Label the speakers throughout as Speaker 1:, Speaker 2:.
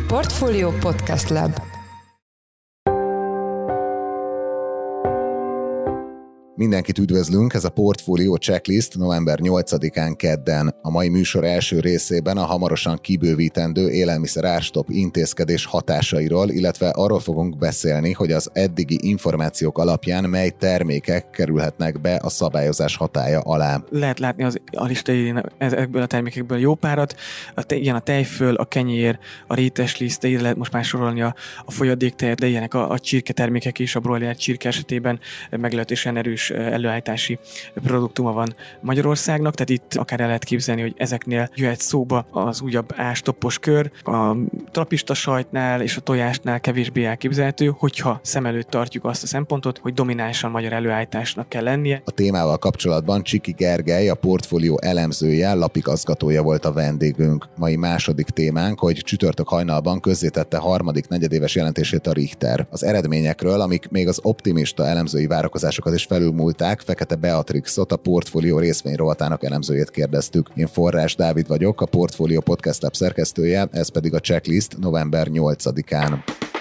Speaker 1: Portfolio Podcast Lab.
Speaker 2: Mindenkit üdvözlünk, ez a Portfolio Checklist november 8-án kedden. A mai műsor első részében a hamarosan kibővítendő élelmiszer árstopp intézkedés hatásairól, illetve arról fogunk beszélni, hogy az eddigi információk alapján mely termékek kerülhetnek be a szabályozás hatálya alá.
Speaker 3: Lehet látni a listáján ezekből a termékekből jó párat, ilyen a tejföl, a kenyér, a rétesliszt, de ide lehet most már sorolni a folyadéktejet, de ilyenek a csirke termékek is, a broiler csirke esetében meglehetősen erős előállítási produktuma van Magyarországnak, tehát itt akár el lehet képzelni, hogy ezeknél jöhet szóba az újabb ástoppos kör, a trapista sajtnál és a tojásnál kevésbé elképzelhető, hogyha szem előtt tartjuk azt a szempontot, hogy dominánsan magyar előállításnak kell lennie.
Speaker 2: A témával kapcsolatban Csiki Gergely, a portfólió elemzője, lapigazgatója volt a vendégünk. Mai második témánk, hogy csütörtök hajnalban közzétette harmadik negyedéves jelentését a Richter. Az eredményekről, amik még az optimista elemzői várakozásokat is felülmúlták, Fekete Beatrixot, a Portfolio részvényrovatának elemzőjét kérdeztük. Én Forrás Dávid vagyok, a Portfolio Podcast Lab szerkesztője, ez pedig a Checklist november 8-án.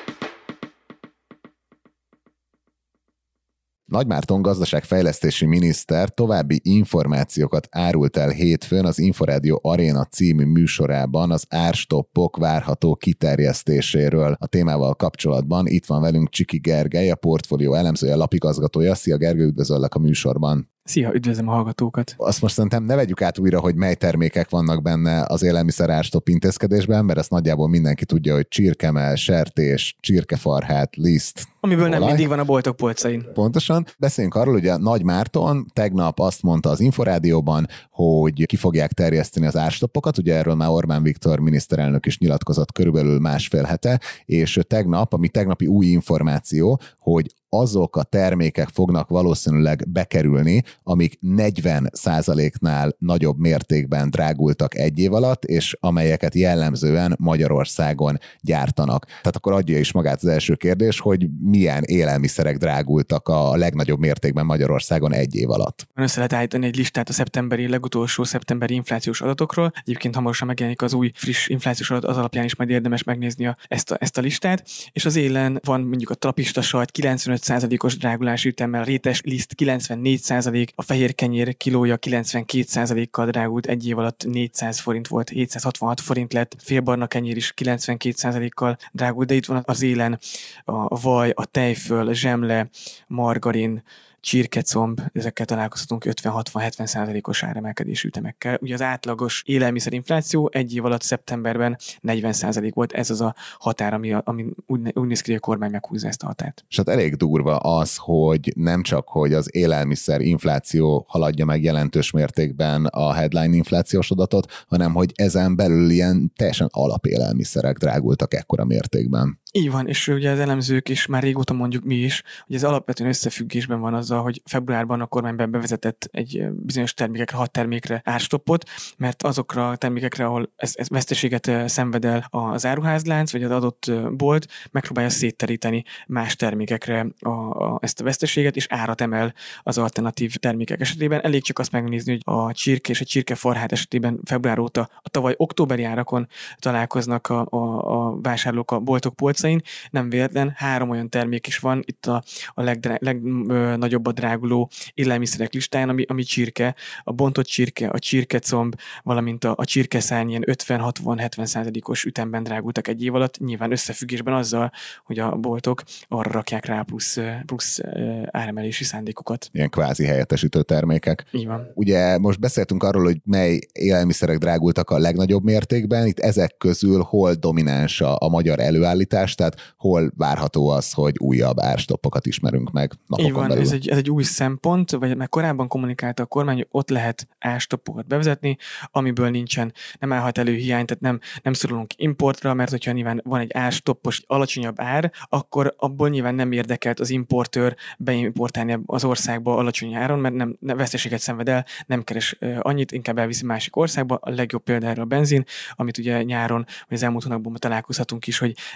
Speaker 2: Nagy Márton gazdaságfejlesztési miniszter további információkat árult el hétfőn az Inforádió Aréna című műsorában az árstoppok várható kiterjesztéséről. A témával kapcsolatban itt van velünk Csiki Gergely, a Portfolio elemzője, lapigazgatója. Szia Gergely, üdvözöllek a műsorban.
Speaker 3: Szia, üdvözlöm a hallgatókat!
Speaker 2: Azt most szerintem ne vegyük át újra, hogy mely termékek vannak benne az élelmiszer árstopp intézkedésben, mert ezt nagyjából mindenki tudja, hogy csirkemell, sertés, csirkefarhát, liszt.
Speaker 3: Amiből nem mindig van a boltok polcain.
Speaker 2: Pontosan. Beszéljünk arról, hogy a Nagy Márton tegnap azt mondta az Inforádióban, hogy ki fogják terjeszteni az árstoppokat, ugye erről már Orbán Viktor miniszterelnök is nyilatkozott körülbelül másfél hete, és tegnap, ami tegnapi új információ, hogy azok a termékek fognak valószínűleg bekerülni, amik 40%-nál nagyobb mértékben drágultak egy év alatt, és amelyeket jellemzően Magyarországon gyártanak. Tehát akkor adja is magát az első kérdés, hogy milyen élelmiszerek drágultak a legnagyobb mértékben Magyarországon egy év alatt.
Speaker 3: Össze lehet állítani egy listát a legutolsó szeptemberi inflációs adatokról. Egyébként hamarosan megjelenik az új friss inflációs adat, az alapján is majd érdemes megnézni ezt a listát. És az élen van mondjuk a trapista sajt 95%-os drágulási ütemmel, a rétes liszt 94%, a fehér kenyér kilója 92%-kal drágult egy év alatt 400 forint volt, 766 forint lett, félbarna kenyér is 92%-kal drágult, de itt van az élen a vaj, a tejföl, a zsemle, margarin, csirkecomb, ezekkel találkozhatunk 50-60-70%-os áremelkedésű ütemekkel. Ugye az átlagos élelmiszerinfláció egy év alatt szeptemberben 40% volt, ez az a határ, ami úgy néz ki, hogy a kormány meghúzza ezt a határt.
Speaker 2: És hát elég durva az, hogy nem csak, hogy az élelmiszer infláció haladja meg jelentős mértékben a headline inflációs adatot, hanem hogy ezen belül ilyen teljesen alapélelmiszerek drágultak ekkora mértékben.
Speaker 3: Így van, és ugye az elemzők is, már régóta mondjuk mi is, hogy ez alapvetően összefüggésben van azzal, hogy februárban a kormány bevezetett egy bizonyos termékekre, 6 termékre árstoppot, mert azokra a termékekre, ahol ez veszteséget szenved el az áruházlánc, vagy az adott bolt, megpróbálja szétteríteni más termékekre ezt a veszteséget, és árat emel az alternatív termékek esetében. Elég csak azt megnézni, hogy a csirke és a csirkefarhát esetében február óta a tavaly októberi árakon találkoznak a vásárlók a boltok polcain. Nem véletlen, 3 olyan termék is van itt a legnagyobb a dráguló élelmiszerek listáján, ami csirke, a bontott csirke, a csirkecomb, valamint a csirkeszárny ilyen 50-60-70%-os ütemben drágultak egy év alatt, nyilván összefüggésben azzal, hogy a boltok arra rakják rá plusz áremelési szándékokat.
Speaker 2: Ilyen kvázi helyettesítő termékek.
Speaker 3: Így van.
Speaker 2: Ugye most beszéltünk arról, hogy mely élelmiszerek drágultak a legnagyobb mértékben, itt ezek közül hol domináns a magyar előállítás, tehát hol várható az, hogy újabb árstoppokat ismerünk meg napokon
Speaker 3: belül.
Speaker 2: belül.
Speaker 3: Ez egy új szempont, vagy már korábban kommunikálta a kormány, hogy ott lehet árstoppokat bevezetni, amiből nem állhat elő hiány, tehát nem szorulunk importra, mert hogyha nyilván van egy árstoppos alacsonyabb ár, akkor abból nyilván nem érdekelt az importőr beimportálni az országba alacsony áron, mert nem veszteséget szenved el, nem keres annyit, inkább elviszi másik országba. A legjobb példa erre a benzin, amit ugye nyáron, vagy az elmúlt hónapban találkozhatunk is, hogy a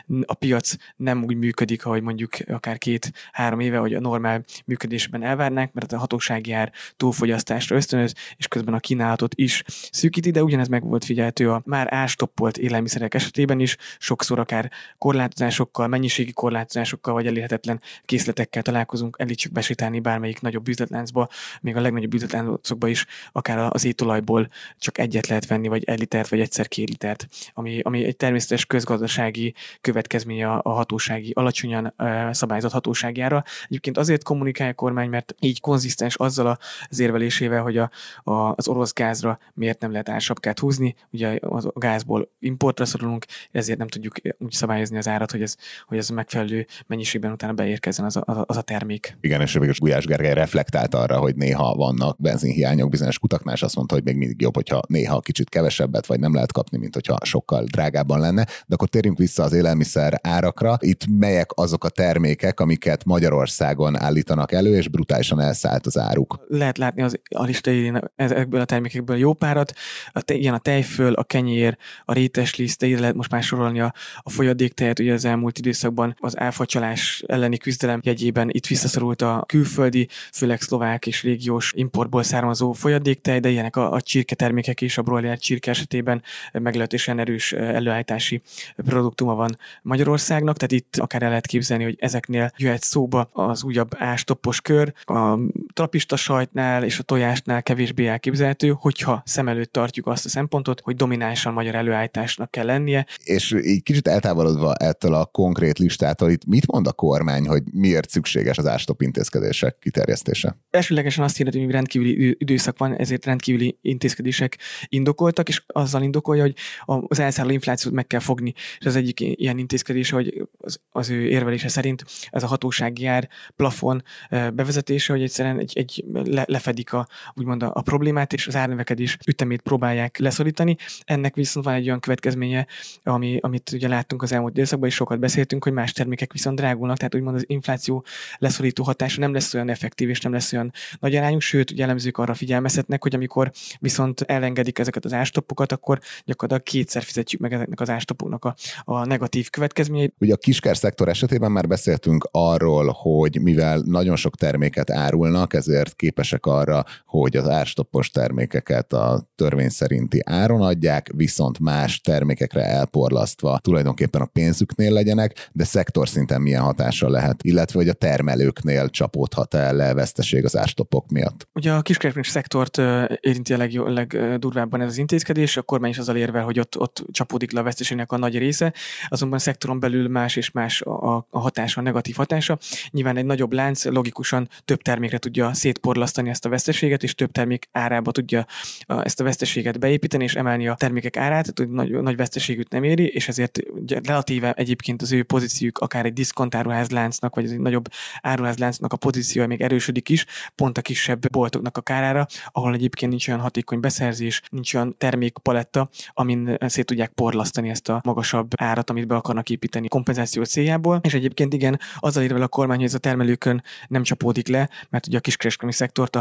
Speaker 3: piac nem úgy működik, ahogy mondjuk akár 2-3 éve, hogy a normál működésben elvárnák, mert a hatósági ár túlfogyasztásra ösztönöz, és közben a kínálatot is szűkíti, de ugyanez meg volt figyelhető a már árstoppolt élelmiszerek esetében is, sokszor akár korlátozásokkal, mennyiségi korlátozásokkal vagy elérhetetlen készletekkel találkozunk, elég besétálni bármelyik nagyobb üzletláncba, még a legnagyobb üzletláncokba is, akár az étolajból csak egyet lehet venni, vagy 1 litert, vagy egyszer 2 litert, ami egy természetes közgazdasági következménye a hatósági, alacsonyan szabályozott hatósági ára. Egyébként azért kommunikálja a kormány, mert így konzisztens azzal az érvelésével, hogy az orosz gázra miért nem lehet ársapkát húzni, ugye a gázból importra szorulunk, ezért nem tudjuk úgy szabályozni az árat, hogy ez megfelelő mennyiségben utána beérkezzen az a termék.
Speaker 2: Igen, és végül Gulyás Gergely reflektált arra, hogy néha vannak benzinhiányok bizonyos kutaknál, és azt mondta, hogy még mindig jobb, hogyha néha kicsit kevesebbet, vagy nem lehet kapni, mint hogyha sokkal drágábban lenne. De akkor térjünk vissza az élelmiszer árakra. Itt melyek azok a termékek, amiket Magyarországon állítanak elő, és brutálisan elszállt az áruk?
Speaker 3: Lehet látni a lista élén ezekből a termékekből jó párat, ilyen a tejföl, a kenyér, a rétesliszt, de ide lehet most már sorolni a folyadéktejet, ugye az elmúlt időszakban az áfacsalás elleni küzdelem jegyében itt visszaszorult a külföldi, főleg szlovák és régiós importból származó folyadéktej, de ilyenek a csirketermékek is, a broiler csirke esetében meglehetősen erős előállítási produktuma van Magyarországnak, tehát itt akár el lehet képzelni, hogy ezeknél jöhet szóba az újabb ástoppos kör, a trapista sajtnál és a tojásnál kevésbé elképzelhető, hogyha szem előtt tartjuk azt a szempontot, hogy dominánsan magyar előállításnak kell lennie.
Speaker 2: És így kicsit eltávolodva ettől a konkrét listától, itt mit mond a kormány, hogy miért szükséges az ástopp intézkedések kiterjesztése?
Speaker 3: Elsőlegesen azt hirdeti, hogy rendkívüli időszak van, ezért rendkívüli intézkedések indokoltak, és azzal indokolja, hogy az elszálló inflációt meg kell fogni. És az egyik ilyen intézkedés, hogy az ő érvelése szerint ez a hatósági ár plafon bevezetése, hogy egyszerűen lefedik úgymond a problémát, és az árnövekedés ütemét próbálják leszorítani. Ennek viszont van egy olyan következménye, amit ugye láttunk az elmúlt időszakban, és sokat beszéltünk, hogy más termékek viszont drágulnak, tehát úgymond az infláció leszorító hatása nem lesz olyan effektív, és nem lesz olyan nagy arányú, sőt, ugye elemzők arra figyelmeztetnek, hogy amikor viszont elengedik ezeket az ástoppokat, akkor gyakorlatilag kétszer fizetjük meg ezeknek az ástoppoknak a negatív következményeit.
Speaker 2: Ugye a kiskerszektor esetében már beszéltünk arról, hogy mivel nagyon sok terméket árulnak, ezért képesek arra, hogy az árstoppos termékeket a törvény szerinti áron adják, viszont más termékekre elporlasztva tulajdonképpen a pénzüknél legyenek, de szinten milyen hatással lehet, illetve hogy a termelőknél csapódhat el veszteség az árstoppok miatt.
Speaker 3: Ugye a kiskereskedelmi szektort érinti a legdurvábban ez az intézkedés, a kormány is azzal érvel, hogy ott csapódik le a veszteségnek a nagy része, azonban a szektoron belül más és más a hatása, a negatív hatása. Nyilván egy nagyobb lánc logikusan több termékre tudja szétporlasztani ezt a veszteséget, és több termék árába tudja ezt a veszteséget beépíteni, és emelni a termékek árát, hogy nagy veszteségűt nem éri, és ezért relatíve egyébként az ő pozíciójuk akár egy diszkontáruházláncnak, vagy egy nagyobb áruházláncnak a pozíciója még erősödik is, pont a kisebb boltoknak a kárára, ahol egyébként nincs olyan hatékony beszerzés, nincs olyan termékpaletta, amin szét tudják porlasztani ezt a magasabb árat, amit be akarnak építeni kompenzáció céljából. És egyébként igen, azzal érvel a kormány, hogy ez a termelőkön nem csapódik le, mert ugye a kiskereskedelmi szektort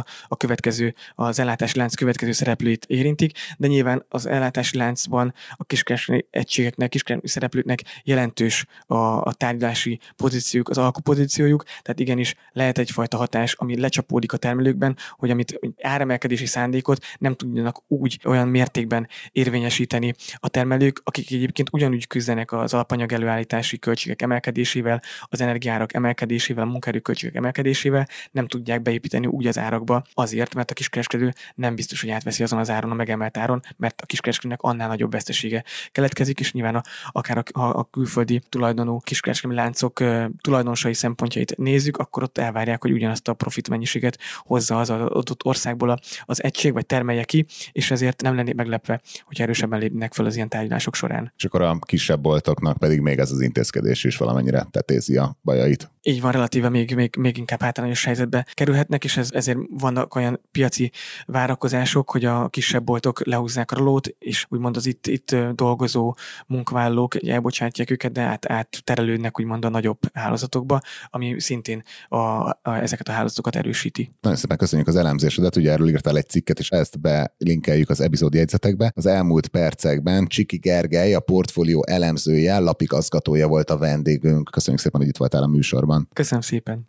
Speaker 3: az ellátási lánc következő szereplőit érintik, de nyilván az ellátási láncban a kiskereskedelmi egységeknek, kiskereskedelmi szereplőknek jelentős a tárgyalási pozíciójuk, az alkupozíciójuk, tehát igenis lehet egyfajta hatás, ami lecsapódik a termelőkben, hogy amit áremelkedési szándékot nem tudjanak úgy olyan mértékben érvényesíteni a termelők, akik egyébként ugyanúgy küzdenek az alapanyag előállítási költségek emelkedésével, az energiárak emelkedésével, a munkaerőköltségek emelkedésével, nem tudják beépíteni úgy az árakba azért, mert a kiskereskedő nem biztos, hogy átveszi azon az áron, a megemelt áron, mert a kiskereskedőnek annál nagyobb vesztesége keletkezik, és nyilván akár a külföldi tulajdonú kiskereskedelmi láncok tulajdonosai szempontjait nézzük, akkor ott elvárják, hogy ugyanazt a profit mennyiséget hozza az adott országból az egység, vagy termelje ki, és ezért nem lennék meglepve, hogy erősebben lépnek fel az ilyen tárgyalások során.
Speaker 2: És akkor a kisebb boltoknak pedig még ez az intézkedés is valamennyire tetézi a bajait.
Speaker 3: Így van, relatíve még inkább hátrányos helyzetbe kerülhetnek, és ezért vannak olyan piaci várakozások, hogy a kisebb boltok lehúzzák a rolót, és úgymond az itt dolgozó munkavállalók elbocsátják őket, de átterelődnek úgymond a nagyobb hálózatokba, ami szintén ezeket a hálózatokat erősíti.
Speaker 2: Nagyon szépen köszönjük az elemzésedet, ugye erről írtál egy cikket, és ezt belinkeljük az epizód jegyzetekbe. Az elmúlt percekben Csiki Gergely, a portfólió elemzője, lapigazgatója volt a vendégünk. Köszönjük szépen, hogy itt voltál a műsorban.
Speaker 3: Köszönöm szépen.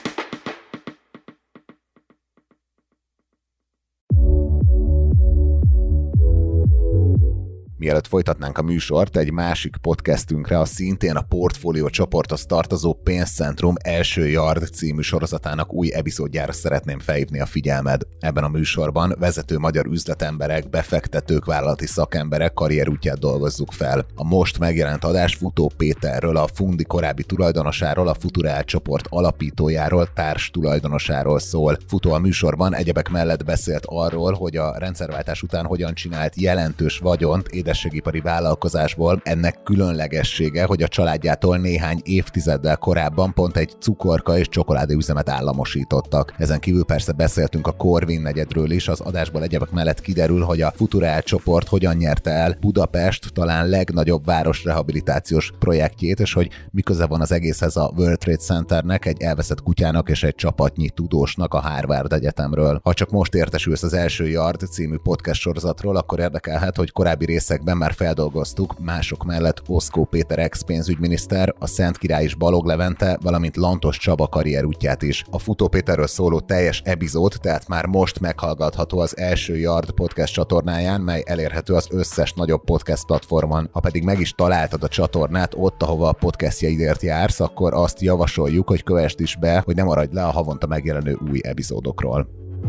Speaker 2: Mielőtt folytatnánk a műsort, egy másik podcastünkre, a szintén a Portfolio csoporthoz tartozó Pénzcentrum Első Yard című sorozatának új epizódjára szeretném felhívni a figyelmed. Ebben a műsorban vezető magyar üzletemberek, befektetők, vállalati szakemberek karrierútját dolgozzuk fel. A most megjelent adás Futó Péterről, a Fundi korábbi tulajdonosáról, a Futurál csoport alapítójáról, társ tulajdonosáról szól. Futó a műsorban egyebek mellett beszélt arról, hogy a rendszerváltás után hogyan csinált jelentős vagyont édességipari vállalkozásból. Ennek különlegessége, hogy a családjától néhány évtizeddel korábban pont egy cukorka és csokoládéüzemet államosítottak. Ezen kívül persze beszéltünk a Corvin negyedről is, az adásból egyebek mellett kiderül, hogy a Futurál csoport hogyan nyerte el Budapest talán legnagyobb városrehabilitációs projektjét, és hogy miköze van az egészhez a World Trade Centernek, egy elveszett kutyának és egy csapatnyi tudósnak a Harvard Egyetemről. Ha csak most értesülsz az Első Yard című podcast sorozatról, akkor érdekelhet, hogy korábbi részekben már feldolgoztuk mások mellett Oszkó Péter ex-pénzügyminiszter, a Szentkirály és Balog Levente, valamint Lantos Csaba karrierútját is. A Futó Péterről szóló teljes epizód tehát már most meghallgatható az Első Yard podcast csatornáján, mely elérhető az összes nagyobb podcast platformon. Ha pedig meg is találtad a csatornát ott, ahova a podcastjaidért jársz, akkor azt javasoljuk, hogy kövesd is be, hogy ne maradj le a havonta megjelenő új epizódokról.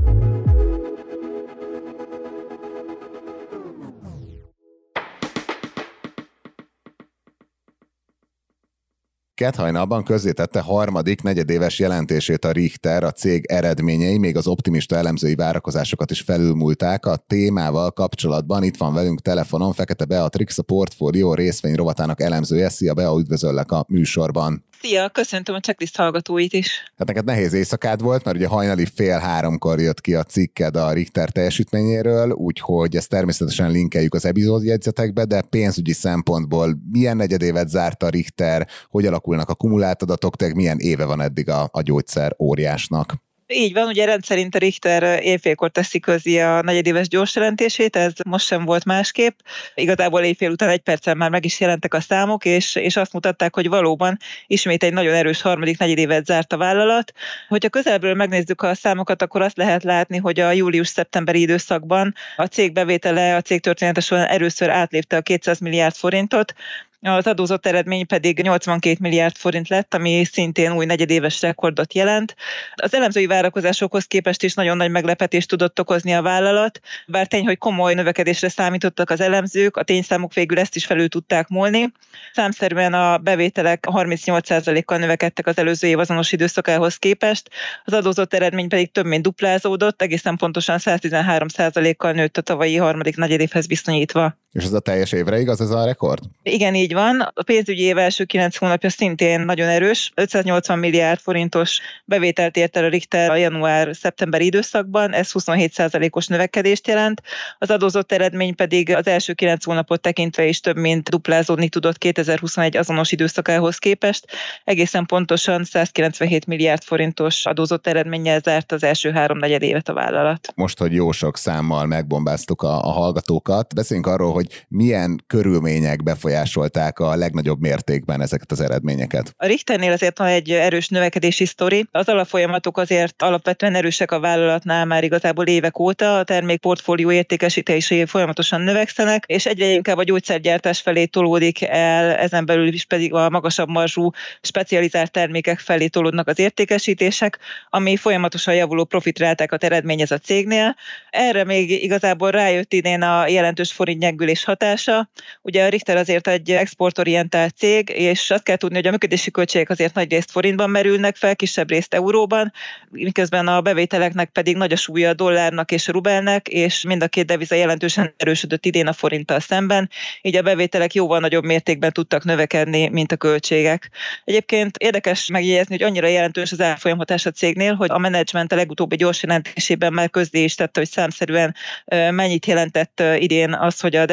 Speaker 2: Kett hajnalban közzétette harmadik negyedéves jelentését a Richter, a cég eredményei még az optimista elemzői várakozásokat is felülmúlták. A témával kapcsolatban itt van velünk telefonon Fekete Beatrix, a Portfolio részvény rovatának elemzője. Szia Bea, üdvözöllek a műsorban.
Speaker 4: Szia, köszöntöm a checklist hallgatóit is.
Speaker 2: Hát neked nehéz éjszakád volt, mert ugye hajnali 2:30 jött ki a cikked a Richter teljesítményéről, úgyhogy ezt természetesen linkeljük az epizódjegyzetekbe, de pénzügyi szempontból milyen negyedévet zárt a Richter, hogy alakulnak a kumulált adatok, tehát milyen éve van eddig a gyógyszer óriásnak?
Speaker 4: Így van, ugye rendszerint a Richter éjfélkor teszi közé a negyedéves gyorsjelentését, ez most sem volt másképp. Igazából éjfél után 1 perccel már meg is jelentek a számok, és azt mutatták, hogy valóban ismét egy nagyon erős harmadik negyedévet zárt a vállalat. Hogyha közelből megnézzük a számokat, akkor azt lehet látni, hogy a július-szeptemberi időszakban a cég bevétele, a cég története során először átlépte a 200 milliárd forintot, az adózott eredmény pedig 82 milliárd forint lett, ami szintén új negyedéves rekordot jelent. Az elemzői várakozásokhoz képest is nagyon nagy meglepetést tudott okozni a vállalat, bár tény, hogy komoly növekedésre számítottak az elemzők, a tényszámok végül ezt is felül tudták múlni. Számszerűen a bevételek 38%-kal növekedtek az előző év azonos időszakához képest, az adózott eredmény pedig több mint duplázódott, egészen pontosan 113%-kal nőtt a tavalyi harmadik negyedévhez viszonyítva.
Speaker 2: És ez a teljes évre igaz, ez a rekord?
Speaker 4: Igen, így van. A pénzügyi év első 9 hónapja szintén nagyon erős. 580 milliárd forintos bevételt ért el a Richter a január-szeptemberi időszakban, ez 27%-os növekedést jelent. Az adózott eredmény pedig az első 9 hónapot tekintve is több mint duplázódni tudott 2021 azonos időszakához képest. Egészen pontosan 197 milliárd forintos adózott eredménnyel zárt az első 3/4 évet a vállalat.
Speaker 2: Most, hogy jó sok számmal megbombáztuk a hallgatókat, beszéljünk arról, hogy milyen körülmények befolyásolták a legnagyobb mértékben ezeket az eredményeket.
Speaker 4: A Richternél azért van egy erős növekedési sztori. Az alapfolyamatok azért alapvetően erősek a vállalatnál már igazából évek óta, a termékportfólió értékesítései folyamatosan növekszenek, és egyre inkább a gyógyszergyártás felé tolódik el, ezen belül is pedig a magasabb marzsú specializált termékek felé tolódnak az értékesítések, ami folyamatosan javuló profitrátákat eredményez a cégnél. Erre még igazából rájött idén a jelentős forint gyengülés hatása. Ugye a Richter azért egy exportorientált cég, és azt kell tudni, hogy a működési költségek azért nagy részt forintban merülnek fel, kisebb részt euróban, miközben a bevételeknek pedig nagy a súlya a dollárnak és a rubelnek, és mind a két deviza jelentősen erősödött idén a forinttal szemben, így a bevételek jóval nagyobb mértékben tudtak növekedni, mint a költségek. Egyébként érdekes megjegyezni, hogy annyira jelentős az árfolyamhatás a cégnél, hogy a menedzsment a legutóbbi gyors jelentésében már közzé is tette, hogy számszerűen mennyit jelentett idén az, hogy a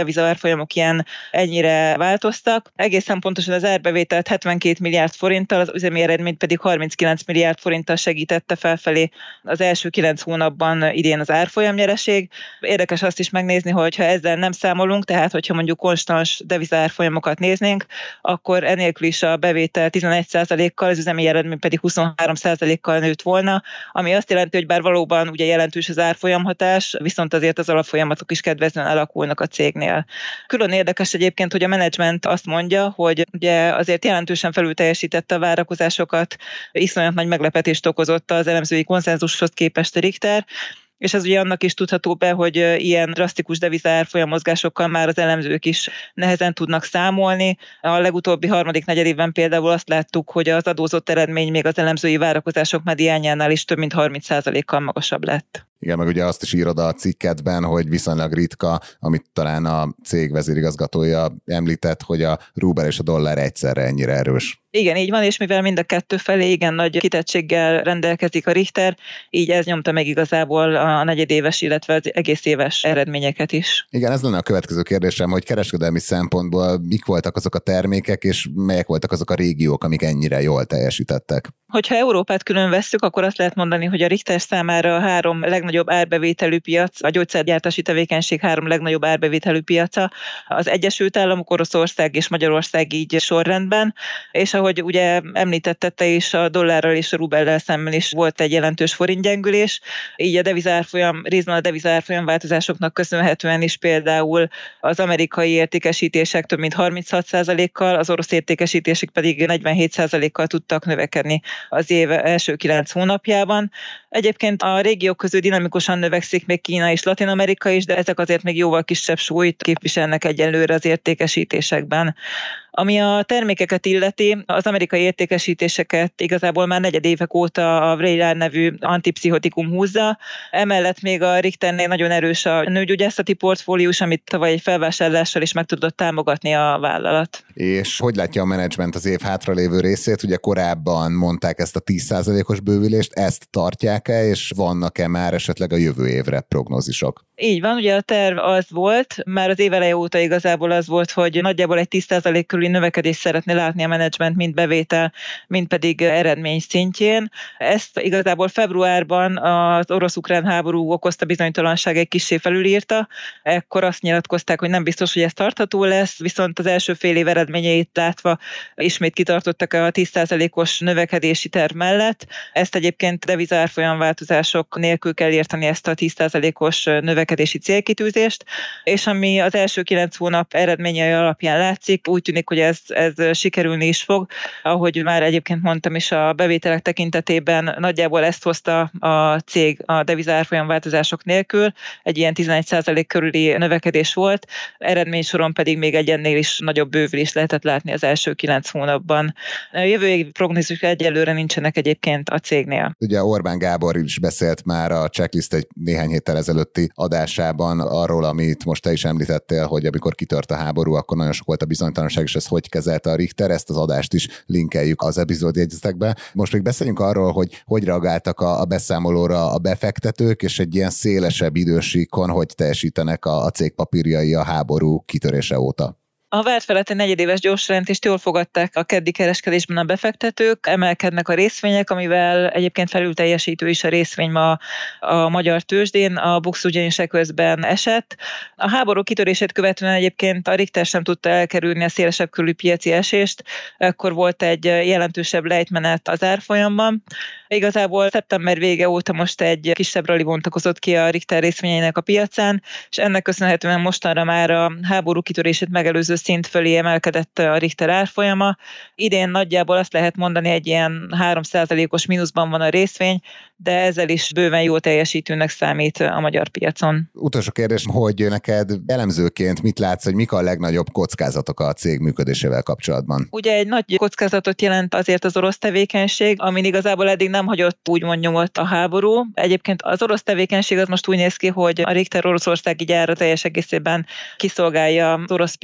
Speaker 4: devizaárfolyamok ennyire változtak. Egészen pontosan az árbevételt 72 milliárd forinttal, az üzemi eredményt pedig 39 milliárd forinttal segítette felfelé az első 9 hónapban idén az árfolyamnyereség. Érdekes azt is megnézni, hogy ha ezzel nem számolunk, tehát hogyha mondjuk konstans devizaárfolyamokat néznénk, akkor enélkül is a bevétel 11%-kal, az üzemi eredmény pedig 23%-kal nőtt volna, ami azt jelenti, hogy bár valóban ugye jelentős az árfolyamhatás, viszont azért az alapfolyamatok is kedvezően alakulnak a cégnél. Külön érdekes egyébként, hogy a menedzsment azt mondja, hogy ugye azért jelentősen felül teljesítette a várakozásokat, iszonyat nagy meglepetést okozott az elemzői konszenzushoz képest a Richter, és ez ugye annak is tudható be, hogy ilyen drasztikus devizaárfolyam-mozgásokkal már az elemzők is nehezen tudnak számolni. A legutóbbi harmadik negyedévben például azt láttuk, hogy az adózott eredmény még az elemzői várakozások mediánjánál is több mint 30%-kal magasabb lett.
Speaker 2: Igen, meg ugye azt is írod a cikketben, hogy viszonylag ritka, amit talán a cég vezérigazgatója említett, hogy a rubel és a dollár egyszerre ennyire erős.
Speaker 4: Igen, így van, és mivel mind a kettő felé igen nagy kitettséggel rendelkezik a Richter, így ez nyomta meg igazából a negyedéves, illetve az egész éves eredményeket is.
Speaker 2: Igen, ez lenne a következő kérdésem, hogy kereskedelmi szempontból mik voltak azok a termékek, és melyek voltak azok a régiók, amik ennyire jól teljesítettek?
Speaker 4: Hogyha Európát külön vesszük, akkor azt lehet mondani, hogy a Richter számára a 3 legnagyobb árbevételű piac, a gyógyszergyártási tevékenység 3 legnagyobb árbevételű piaca, az Egyesült Államok, Oroszország és Magyarország így sorrendben, és ahogy ugye említetted te is, a dollárral és a rubellel szemben is volt egy jelentős forintgyengülés, így a devizárfolyam, részben a devizárfolyam változásoknak köszönhetően is például az amerikai értékesítések több mint 36%-kal, az orosz értékesítések pedig 47%-kal tudtak növekedni az év első 9 hónapjában. Egyébként a régiók közül dinamikusan növekszik még Kína és Latin-Amerika is, de ezek azért még jóval kisebb súlyt képviselnek egyelőre az értékesítésekben. Ami a termékeket illeti, az amerikai értékesítéseket igazából már negyedévek óta a Vraylar nevű antipszichotikum húzza. Emellett még a Richternél nagyon erős a nőgyógyászati portfóliós, amit tavaly egy felvásárlással is meg tudott támogatni a vállalat.
Speaker 2: És hogy látja a menedzsment az év hátralévő részét? Ugye korábban mondták ezt a 10%-os bővülést, ezt tartják-e, és vannak-e már esetleg a jövő évre prognózisok?
Speaker 4: Így van, ugye a terv az volt, már az év eleje óta igazából az volt, hogy nagyjából egy 10% körüli növekedést szeretné látni a menedzsment, mind bevétel, mind pedig eredmény szintjén. Ezt igazából februárban az orosz-ukrán háború okozta bizonytalanság egy kissé felülírta, ekkor azt nyilatkozták, hogy nem biztos, hogy ez tartható lesz, viszont az első fél év eredményeit látva ismét kitartottak a 10%-os növekedési terv mellett. Ezt egyébként devizárfolyam változások nélkül kell érteni, ezt a 10%-os növekedési célkitűzést, és ami az első 9 hónap eredményei alapján látszik, úgy tűnik, hogy ez sikerülni is fog. Ahogy már egyébként mondtam is, a bevételek tekintetében nagyjából ezt hozta a cég a devizárfolyam változások nélkül, egy ilyen 11% körüli növekedés volt, eredménysoron pedig még egy ennél is nagyobb bővülést lehetett látni az első 9 hónapban. A jövő évi prognózisok egyelőre nincsenek egyébként a cégnél.
Speaker 2: Ugye Orbán Gábor is beszélt már a checklist egy néhány héttel ezelőtti adásában arról, amit most te is említettél, hogy amikor kitört a háború, akkor nagyon sok volt a bizonytalanság, és ez hogy kezelte a Richter, ezt az adást is linkeljük az epizódjegyzetekbe. Most még beszéljünk arról, hogy reagáltak a beszámolóra a befektetők, és egy ilyen szélesebb idősíkon, hogy teljesítenek a cég papírjai a háború kitörése óta.
Speaker 4: A várt feletti negyedéves gyorsjelentést jól fogadták a keddi kereskedésben a befektetők, emelkednek a részvények, amivel egyébként felülteljesítő is a részvény ma a magyar tőzsdén, a BUX ugyanis eközben esett. A háború kitörését követően egyébként a Richter sem tudta elkerülni a szélesebb körű piaci esést, ekkor volt egy jelentősebb lejtmenet az árfolyamban. Igazából szeptember vége óta most egy kisebb rali bontakozott ki a Richter részvényeinek a piacán, és ennek köszönhetően mostanra már a háború kitörését megelőző szint fölé emelkedett a Richter árfolyama. Idén nagyjából azt lehet mondani, egy ilyen 3%-os mínuszban van a részvény, de ezzel is bőven jó teljesítőnek számít a magyar piacon.
Speaker 2: Utolsó kérdés, hogy neked elemzőként mit látsz, hogy mik a legnagyobb kockázatok a cég működésével kapcsolatban?
Speaker 4: Ugye egy nagy kockázatot jelent azért az orosz tevékenység, amin igazából eddig nem hagyott úgymond nyomot a háború. Egyébként az orosz tevékenység az most úgy néz ki, hogy a Richter oroszországi gyára teljes egészében kiszolgálja az orosz piacot,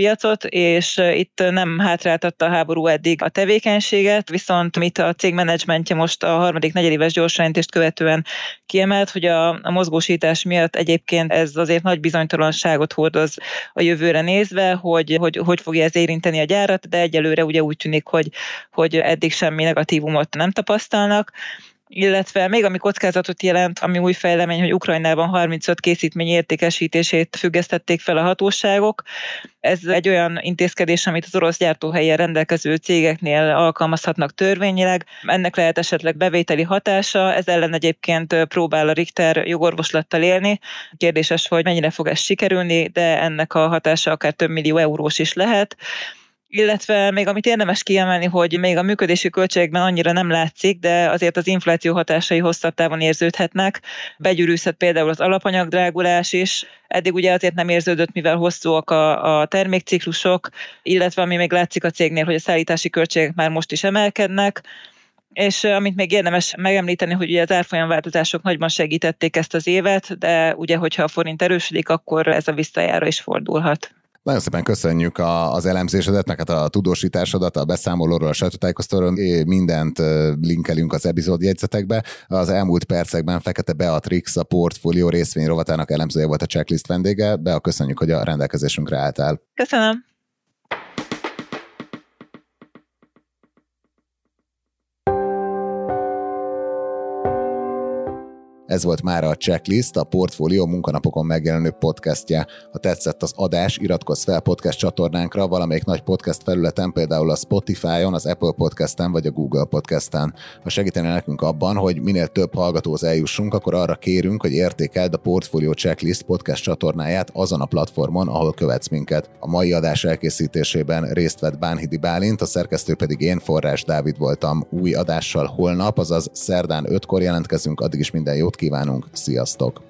Speaker 4: és itt nem hátráltatta a háború eddig a tevékenységet, viszont mit a cég menedzsmentje most a harmadik negyedéves gyorsjelentést követően kiemelt, hogy a mozgósítás miatt egyébként ez azért nagy bizonytalanságot hordoz a jövőre nézve, hogy fogja ez érinteni a gyárat, de egyelőre ugye úgy tűnik, hogy eddig semmi negatívumot nem tapasztalnak. Illetve még ami kockázatot jelent, ami új fejlemény, hogy Ukrajnában 35 készítmény értékesítését függesztették fel a hatóságok. Ez egy olyan intézkedés, amit az orosz gyártóhelyen rendelkező cégeknél alkalmazhatnak törvényileg. Ennek lehet esetleg bevételi hatása, ez ellen egyébként próbál a Richter jogorvoslattal élni. Kérdéses, hogy mennyire fog ez sikerülni, de ennek a hatása akár több millió eurós is lehet. Illetve még amit érdemes kiemelni, hogy még a működési költségekben annyira nem látszik, de azért az infláció hatásai hosszabb távon érződhetnek. Begyűrűzhet például az alapanyagdrágulás is. Eddig ugye azért nem érződött, mivel hosszúak a termékciklusok, illetve ami még látszik a cégnél, hogy a szállítási költségek már most is emelkednek. És amit még érdemes megemlíteni, hogy ugye az árfolyamváltozások nagyban segítették ezt az évet, de ugye, hogyha a forint erősödik, akkor ez a visszajára is fordulhat.
Speaker 2: Nagyon szépen köszönjük az elemzésedet, meg hát a tudósításodat, a beszámolóról, a sajtótájékoztatóról. Mindent linkelünk az epizódjegyzetekbe. Az elmúlt percekben Fekete Beatrix, a Portfolio részvény rovatának elemzője volt a Checklist vendége. Bea, köszönjük, hogy a rendelkezésünkre álltál.
Speaker 4: Köszönöm.
Speaker 2: Ez volt már a Checklist, a Portfolio munkanapokon megjelenő podcastje. Ha tetszett az adás, iratkozz fel podcast csatornánkra valamelyik nagy podcast felületen, például a Spotify-on, az Apple Podcasten vagy a Google Podcasten. Ha segítenél nekünk abban, hogy minél több hallgatóhoz eljussunk, akkor arra kérünk, hogy értékeld a Portfolio Checklist podcast csatornáját azon a platformon, ahol követsz minket. A mai adás elkészítésében részt vett Bánhidi Bálint, a szerkesztő pedig én, Forrás Dávid voltam. Új adással holnap, azaz szerdán 5-kor jelentkezünk, addig is minden jót kívánunk, sziasztok!